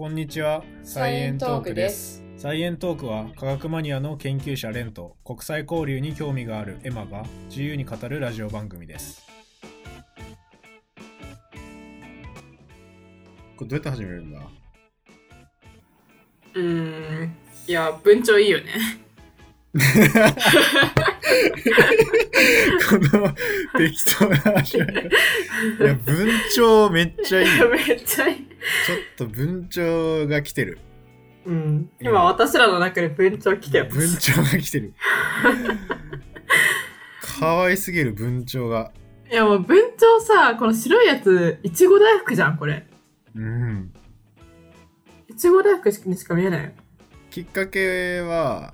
こんにちは、サイエントークです。サイエントークは科学マニアの研究者レンと国際交流に興味があるエマが自由に語るラジオ番組です。これどうやって始めるんだ？ いや、文鳥いいよね。 この適当な話。いや、文鳥めっちゃいい。 めっちゃいい。 ちょっと文鳥が来てる。 今私らの中で文鳥来てる。 文鳥が来てる。可愛すぎる文鳥が。 いやもう文鳥さ、この白いやつ、いちご大福じゃん、これ。いちご大福にしか見えないよ。 きっかけは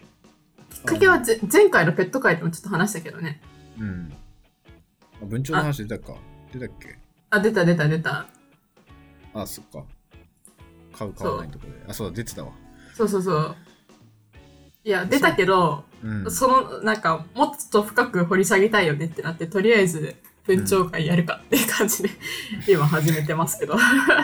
前回のペット会でもちょっと話したけどね。 文鳥の話出たっけ？ 出た。 あ、そっか。買うないとこで。あ、そうだ、出てたわ。 そう。いや、出たけど、その、なんか、もっと深く掘り下げたいよねってなって、とりあえず、文鳥会やるかっていう感じで、今始めてますけど。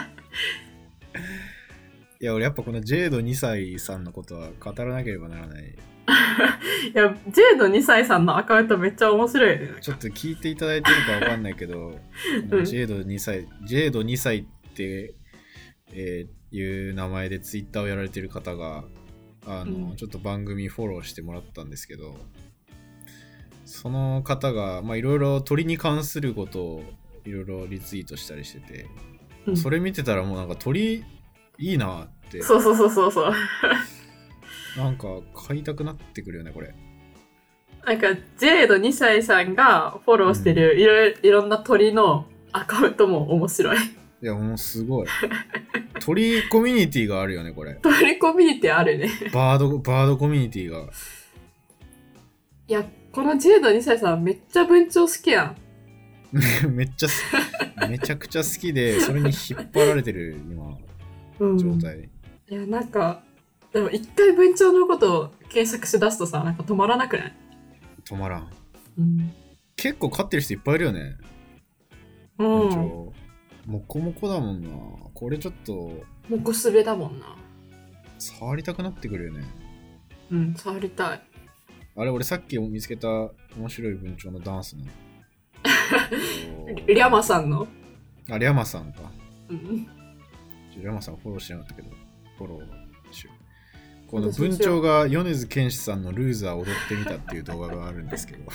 いや、俺やっぱこのジェイド2歳さんのことは語らなければならない。 いや、ジェイド2歳さんのアカウントめっちゃ面白いね。 ちょっと聞いていただいてるかわかんないけど、ジェイド2歳っていう名前でツイッターをやられてる方がちょっと番組フォローしてもらったんですけど、その方がいろいろ鳥に関することをいろいろリツイートしたりしてて、それ見てたらもうなんか鳥いいなって。 そうなんか買いたくなってくるよねこれ。 なんかジェイド2歳さんがフォローしてるいろんな鳥のアカウントも面白い。 いやもうすごい。鳥コミュニティがあるよねこれ。 鳥コミュニティあるね。バードコミュニティが。 いやこのジェイド2歳さんめっちゃ文鳥好きやん。 めちゃくちゃ好きで、それに引っ張られてる今、状態。 いやなんかでも一回文鳥のことを検索しだすとさ、なんか止まらなくない？ 止まらん。結構飼ってる人いっぱいいるよね。文鳥。モコモコだもんな。これちょっとモコスベだもんな。 触りたくなってくるよね。 触りたい。 あれ俺さっき見つけた面白い文鳥のダンスね。 リャマさんの？ あ、リャマさんか。リャマさんフォローしてなかったけど、フォローしよう。この文鳥が米津玄師さんのルーザー踊ってみたっていう動画があるんですけど。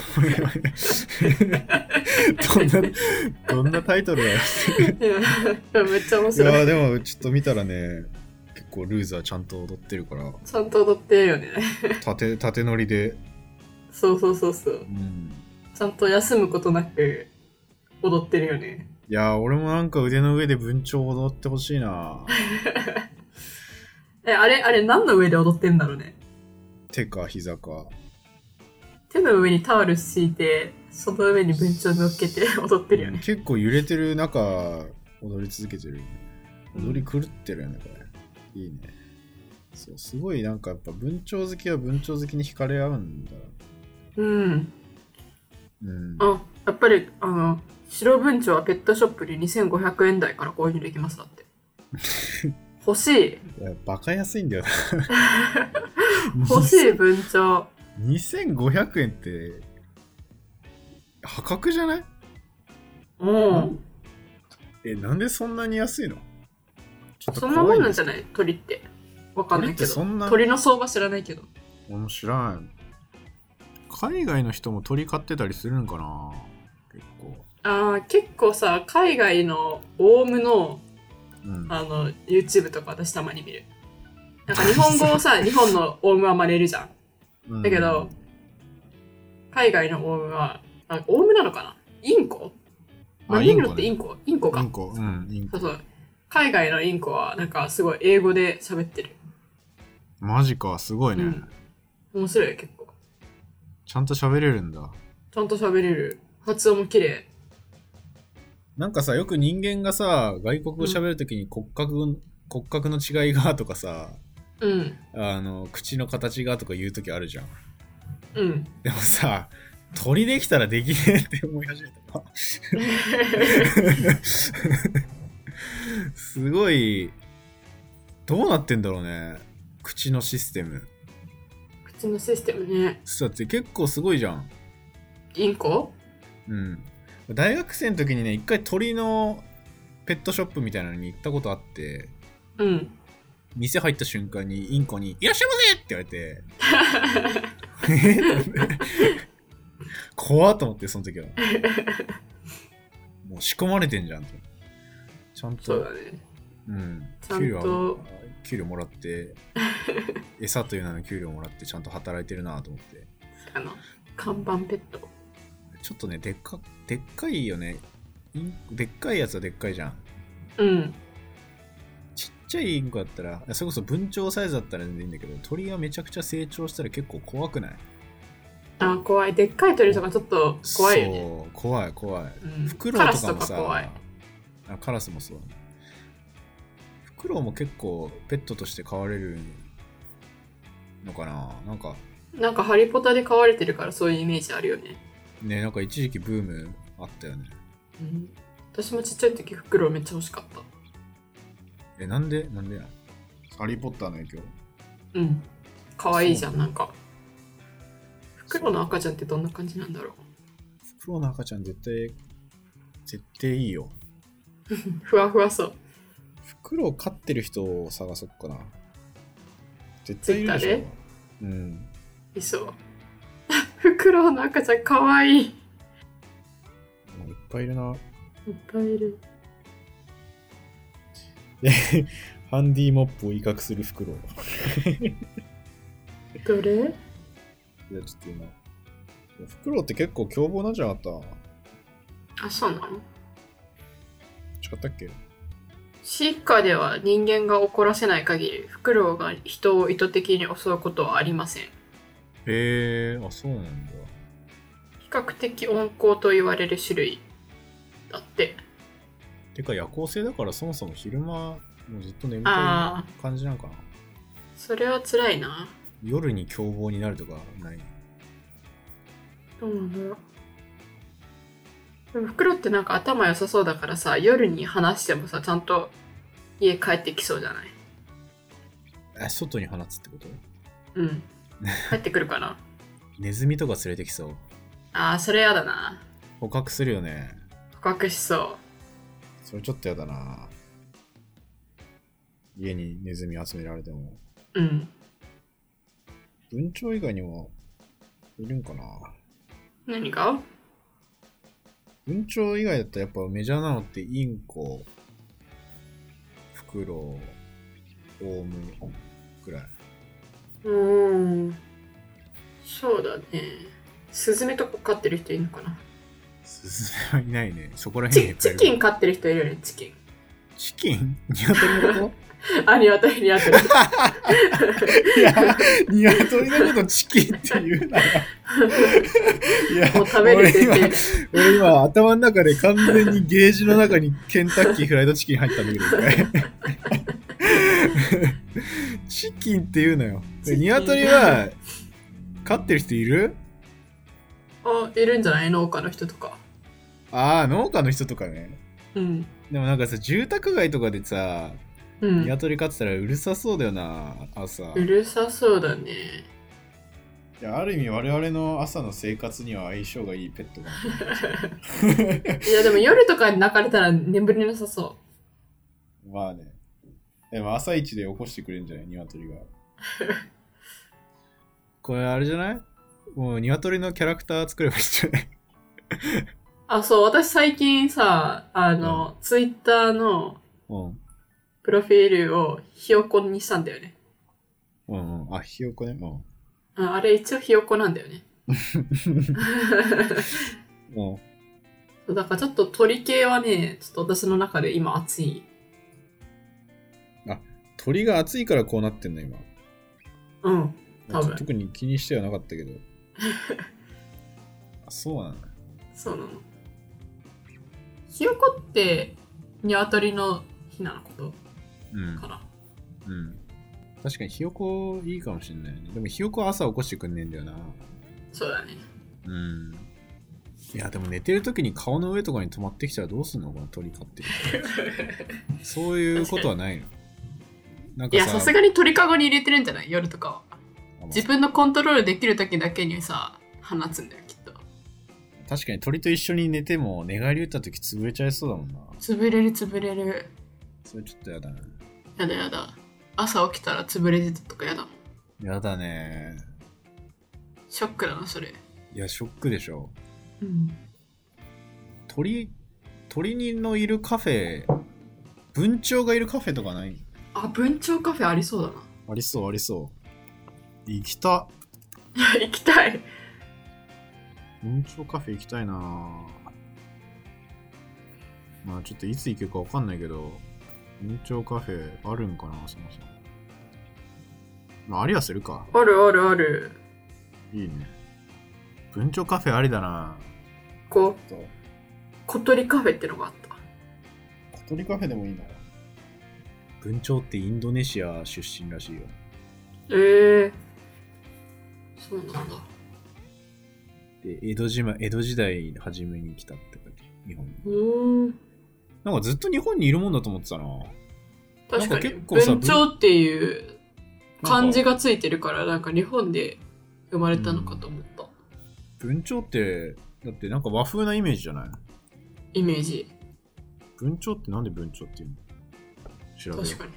どんなタイトルだよ。 めっちゃ面白い。 いやでもちょっと見たらね、結構ルーザーちゃんと踊ってるから。 ちゃんと踊ってるよね。 縦乗りで。 そう。ちゃんと休むことなく踊ってるよね。 いや俺もなんか腕の上で文鳥踊ってほしいな。 あれ何の上で踊ってんだろうね。 手か膝か。 手の上にタオル敷いて、その上に文鳥乗っけて踊ってるよね。 結構揺れてる中踊り続けてる。踊り狂ってるよねこれ。いいね。そう、すごいなんかやっぱ文鳥好きは文鳥好きに惹かれ合うんだ。 やっぱり白文鳥はペットショップで2500円台から購入できますだって。欲しい。 いやバカ安いんだよな。 欲しい文鳥。 2500円って破格じゃない？なんでそんなに安いの？ ちょっとそんなもんなんじゃない？鳥ってわかんないけど。鳥の相場知らないけど。 俺も知らない。海外の人も鳥飼ってたりするんかな？ 結構さ、海外のオウムのYouTube とか私たまに見る。なんか日本語をさ、日本のオウムは真似るじゃん。だけど、海外のオウムは、オウムなのかな？インコ？インコってインコか。インコ。そう。海外のインコはなんかすごい英語で喋ってる。 マジか、すごいね。 面白い結構。 ちゃんと喋れるんだ。 ちゃんと喋れる。発音も綺麗。 なんかさ、よく人間がさ、外国語喋るときに骨格の違いがとかさ、口の形がとか言うときあるじゃん。でもさ、鳥できたらできねえって思い始めた。すごいどうなってんだろうね、口のシステム。 口のシステムね。 だって結構すごいじゃん。 インコ？ うん。大学生の時にね、一回鳥のペットショップみたいなのに行ったことあって、 うん。 店入った瞬間にインコにいらっしゃいませって言われて怖っと思って、その時はもう仕込まれてんじゃんと。ちゃんとそうだね。 うん、 ちゃんと給料もらって餌という名の給料もらってちゃんと働いてるなと思って。 看板ペットちょっとね、でっかいよね。でっかいやつはでっかいじゃん。 うん。 ちっちゃいインコだったら、それこそ文鳥サイズだったら全然いいんだけど、鳥がめちゃくちゃ成長したら結構怖くない？ あ、怖い。でっかい鳥とかちょっと怖いよね。 そう、怖い。 うん、 フクロウとかもさ、 カラスとか怖い。 カラスもそう。フクロウも結構ペットとして飼われるのかな。 なんかハリポタで飼われてるからそういうイメージあるよね。 ね、なんか一時期ブームあったよね。 うん。私もちっちゃい時フクロウめっちゃ欲しかった。 なんでハリーポッターの影響？ うん。かわいいじゃん、なんか。フクロウの赤ちゃんってどんな感じなんだろう。 フクロウの赤ちゃん絶対いいよ。 ふわふわそう。 フクロウ飼ってる人を探そっかな。絶対いるでしょ。うん。 いそう。フクロウの赤ちゃんかわいい。いっぱいいるな。 いっぱいいる。 ハンディモップを威嚇するフクロウ。 どれ？いや、 ちょっと今。フクロウって結構凶暴なんじゃなかった？ あ、そうなの？ 違ったっけ？ シッカでは人間が怒らせない限り、フクロウが人を意図的に襲うことはありません。 へえ、あ、そうなんだ。 比較的温厚と言われる種類だって。 てか夜行性だからそもそも昼間もうずっと眠たい感じなんかな。 それは辛いな。 夜に凶暴になるとかない？ どうなんだろう。でもフクロウってなんか頭良さそうだからさ、夜に話してもさ、ちゃんと家帰ってきそうじゃない？ 外に放つってこと？ うん。帰ってくるかな。 ネズミとか連れてきそう。 ああ、それやだな。 捕獲するよね。 捕獲しそう。 それちょっとやだな。家にネズミ集められても。 うん。 文鳥以外にもいるんかな。 何が？ 文鳥以外だったらやっぱメジャーなのってインコ、フクロウ、オウムくらい。 そうだね。スズメとか飼ってる人いるのかな？ スズメはいないね。そこら辺にチキン飼ってる人いるよね、チキン。 チキン？ニワトリのこと？ あ、ニワトリ。いや、 ニワトリのことチキンって言うなよ。いや、 もう食べるって言って。 俺今頭の中で完全にゲージの中にケンタッキーフライドチキン入ったんだけど、チキンって言うのよ。ニワトリは飼ってる人いる？ あ、いるんじゃない？農家の人とか。 ああ、農家の人とかね。 うん。 でもなんかさ、住宅街とかでさ、 うん、 ニワトリ飼ってたらうるさそうだよな、朝。 うるさそうだね。 いや、ある意味我々の朝の生活には相性がいいペットかな。いや、でも夜とかに泣かれたら眠れなさそう。 まあね。でも朝一で起こしてくれるんじゃない？ニワトリが。これあれじゃない？もうニワトリのキャラクター作ればいいんじゃない？ あ、そう、私最近さ、ツイッターのプロフィールをひよこにしたんだよね。 あ、ひよこね。 あれ一応ひよこなんだよね。だからちょっと鳥系はね、ちょっと私の中で今熱い。 あ、鳥が熱いからこうなってんの今。 うん、多分。 特に気にしてはなかったけど。あ、そうなの？ そうなの。ひよこってニワトリのヒナのことかな。 うん。確かにひよこいいかもしれないね。でもひよこは朝起こしてくんねえんだよな。 そうだね。 うん。いやでも寝てる時に顔の上とかに止まってきたらどうすんの？この鳥飼ってる。そういうことはないの？ なんかいや、さすがに鳥かごに入れてるんじゃない？夜とかは。自分のコントロールできる時だけにさ、放つんだよ、きっと。 確かに鳥と一緒に寝ても寝返り打った時潰れちゃいそうだもんな。 潰れる潰れる。 それちょっとやだね。 やだやだ。朝起きたら潰れてたとかやだもん。 やだね。 ショックだな、それ。 いや、ショックでしょ。 うん。 鳥のいるカフェ、文鳥がいるカフェとかない？ あ、文鳥カフェありそうだな。 ありそうありそう。行きた。 行きたい。 文鳥カフェ行きたいな。まあちょっといつ行けるかわかんないけど、文鳥カフェあるんかな、そもそも。まあありはするか。 あるあるある。 いいね。文鳥カフェありだな。 小鳥カフェってのがあった。 小鳥カフェでもいいな。文鳥ってインドネシア出身らしいよ。 そうなんだ。 で、江戸時代初めに来たって書いて日本に。なんかずっと日本にいるもんだと思ってたな。 確かに文鳥っていう漢字がついてるからなんか日本で生まれたのかと思った。 文鳥ってだってなんか和風なイメージじゃない？ イメージ。 文鳥ってなんで文鳥っていうの？調べる。 確かに。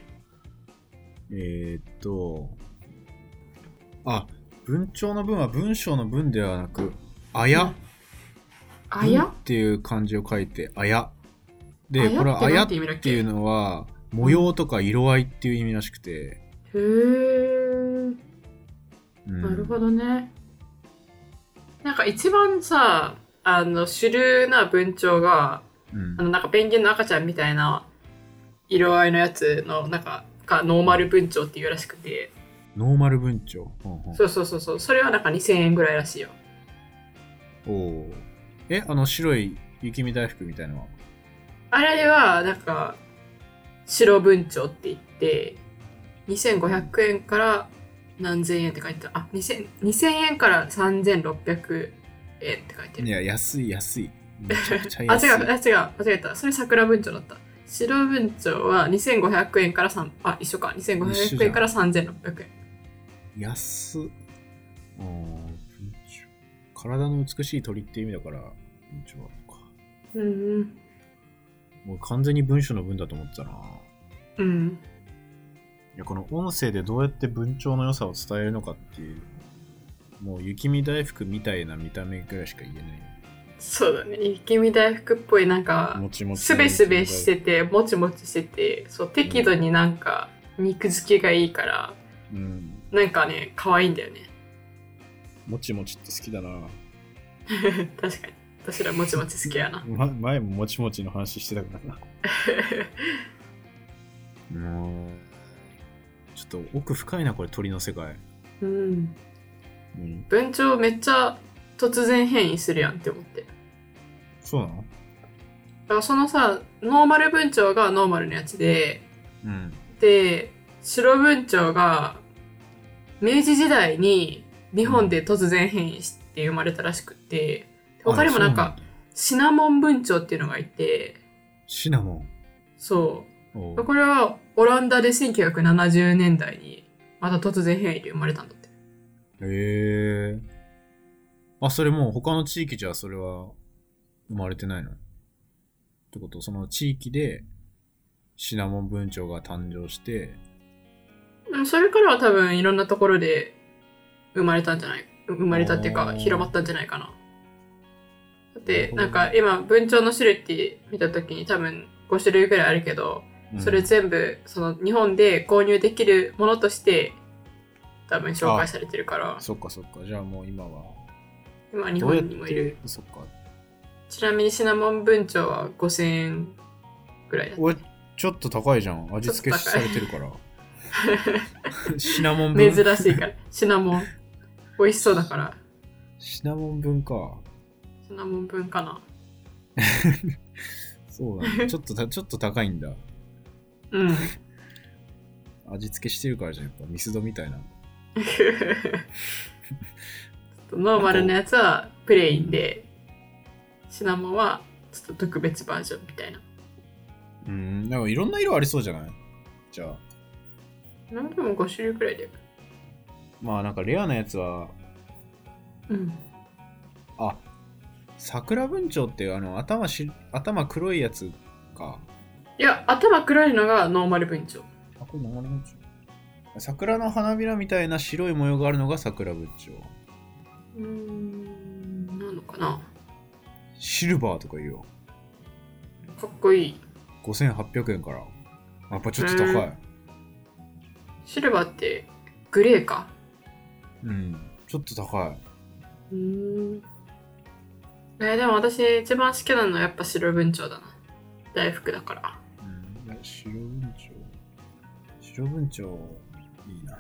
文鳥の文は文章の文ではなく、あや。 あやっていう漢字を書いて、あや。で、これはあやっていうのは、模様とか色合いっていう意味らしくて。 へー。なるほどね。なんか一番さ、主流な文鳥が、なんかペンギンの赤ちゃんみたいな色合いのやつの、なんか、ノーマル文鳥っていうらしくて。 ノーマル文鳥。 そう。それはなんか2000円ぐらいらしいよ。 おー。白い雪見大福みたいなのは？ あれは、なんか、白文鳥って言って、2500円から何千円って書いてある。2000円から3600円って書いてる。 いや、安い。めちゃくちゃ安い。 間違えた。それ桜文鳥だった。白文鳥は2500円から一緒か。2500円から3600円。 安っ。体の美しい鳥って意味だから、文鳥はもう完全に文章の文だと思ってたな。いや、この音声でどうやって文鳥の良さを伝えるのかっていう、もう雪見大福みたいな見た目ぐらいしか言えない。 そうだね。雪見大福っぽい、なんかスベスベしててもちもちしてて、そう適度になんか肉付きがいいから、なんかね可愛いんだよね。 もちもちって好きだな。 確かに私らもちもち好きやな。 前ももちもちの話してたからな。もうちょっと奥深いなこれ、鳥の世界。文鳥めっちゃ突然変異するやんって思って。 そうなの？ だからそのさ、ノーマル文鳥がノーマルのやつで、で白文鳥が明治時代に日本で突然変異して生まれたらしくて、他にもなんかシナモン文鳥っていうのがいて。 シナモン？ そう。これはオランダで1970年代にまた突然変異で生まれたんだって。 へえ。それもう他の地域じゃそれは生まれてないの？ってこと、その地域でシナモン文鳥が誕生して、 それからは多分いろんなところで生まれたっていうか広まったんじゃないかな。だってなんか今文鳥の種類って見た時に多分5種類ぐらいあるけど、それ全部その日本で購入できるものとして多分紹介されてるから。 そっか。じゃあもう今日本にもいる。 そっか。 ちなみにシナモン文鳥は5000円ぐらいだった。 ちょっと高いじゃん。味付けされてるからシナモン文珍しいから。シナモン美味しそうだから。 シナモン文か。 シナモン文かな。 そうだね。ちょっと高いんだ。味付けしてるからじゃん。やっぱミスドみたいな。 ノーマルのやつはプレインで、シナモンはちょっと特別バージョンみたいな。 でもいろんな色ありそうじゃない？じゃあ何でも5種類くらいだよ。 まあなんかレアなやつは、あ、桜文鳥って頭黒いやつか。 いや、頭黒いのがノーマル文鳥。 あ、これノーマル文鳥。桜の花びらみたいな白い模様があるのが桜文鳥。 なのかな。 シルバーとか言うよ。 かっこいい。 5800円から。やっぱちょっと高い。 シルバーってグレーか。 ちょっと高い。 でも私一番好きなのはやっぱ白文鳥だな。大福だから。 白文鳥。白文鳥いいな。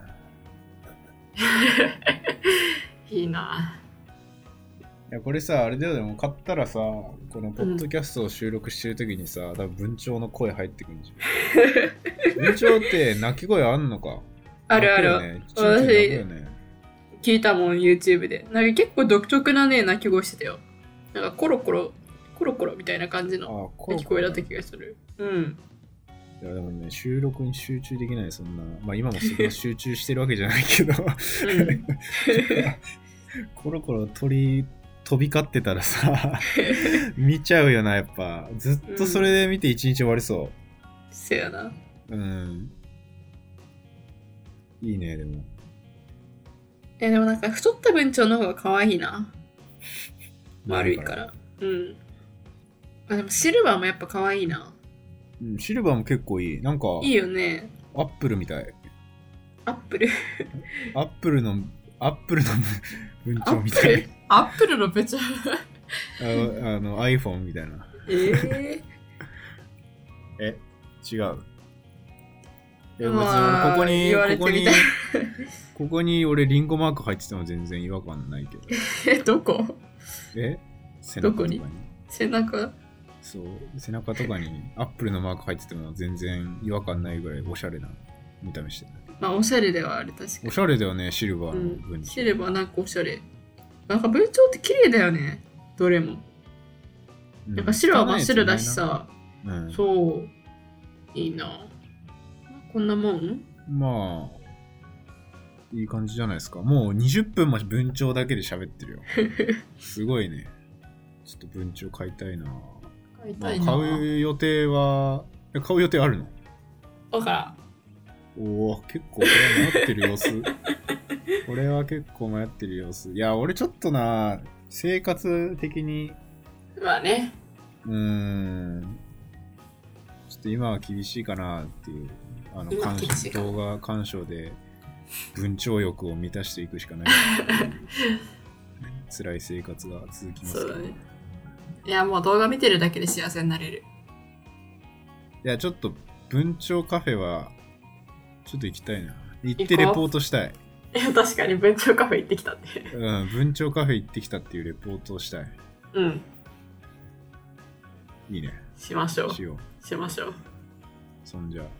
いいな。 いやこれさ、あれだよ、でも買ったらさ、このポッドキャストを収録してる時にさ、多分文鳥の声入ってくるんじゃん。文鳥って鳴き声あんのか？ あるある。 ね、 私、聞いたもん、YouTube で。なんか結構独特なね、鳴き声してたよ。なんかコロコロみたいな感じの鳴き声だった気がする。 いやでもね、収録に集中できない、そんな。まあ今もすごい集中してるわけじゃないけど。コロコロ飛び交ってたらさ、見ちゃうよな、やっぱ。ずっとそれで見て一日終わりそう。 せやな。 いいね、でも。 でもなんか太った文鳥の方が可愛いな。丸いから。でもシルバーもやっぱ可愛いな。 シルバーも結構いい。なんか、 いいよね。 アップルみたい。 アップルアップルの文鳥みたい。 アップルの文鳥 iPhone みたいな。違う。別にここに俺リンゴマーク入ってても全然違和感ないけど。 どこ？ 背中とかに。 背中？ そう、背中とかにアップルのマーク入ってても全然違和感ないぐらいおしゃれな見た目してる。 まあおしゃれではある、確かに。 おしゃれだよね、シルバーの文鳥。 シルバーなんかおしゃれ。なんか文鳥って綺麗だよね、どれも。やっぱ白は真っ白だしさ。そう。いいな。こんなもん？ まあ、いい感じじゃないですか。もう20分も文鳥だけで喋ってるよ。すごいね。ちょっと文鳥買いたいな。買う予定あるの？ だから。 おお、結構これは迷ってる様子。これは結構迷ってる様子。いや、俺ちょっとな、生活的に。 まあね。 ちょっと今は厳しいかなっていう。動画鑑賞で文鳥欲を満たしていくしかない辛い生活が続きますけど。そうだね。 いやもう動画見てるだけで幸せになれる。 いやちょっと文鳥カフェはちょっと行きたいな。行ってレポートしたい。 いや確かに文鳥カフェ行ってきたって文鳥カフェ行ってきたっていうレポートをしたい。いいね。 しましょう。 しましょう。 そんじゃ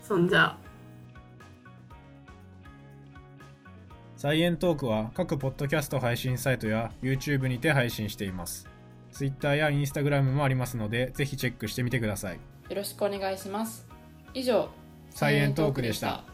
サイエントークは各ポッドキャスト配信サイトや YouTube にて配信しています。Twitter や Instagram もありますので、ぜひチェックしてみてください。 よろしくお願いします。以上、 サイエントークでした。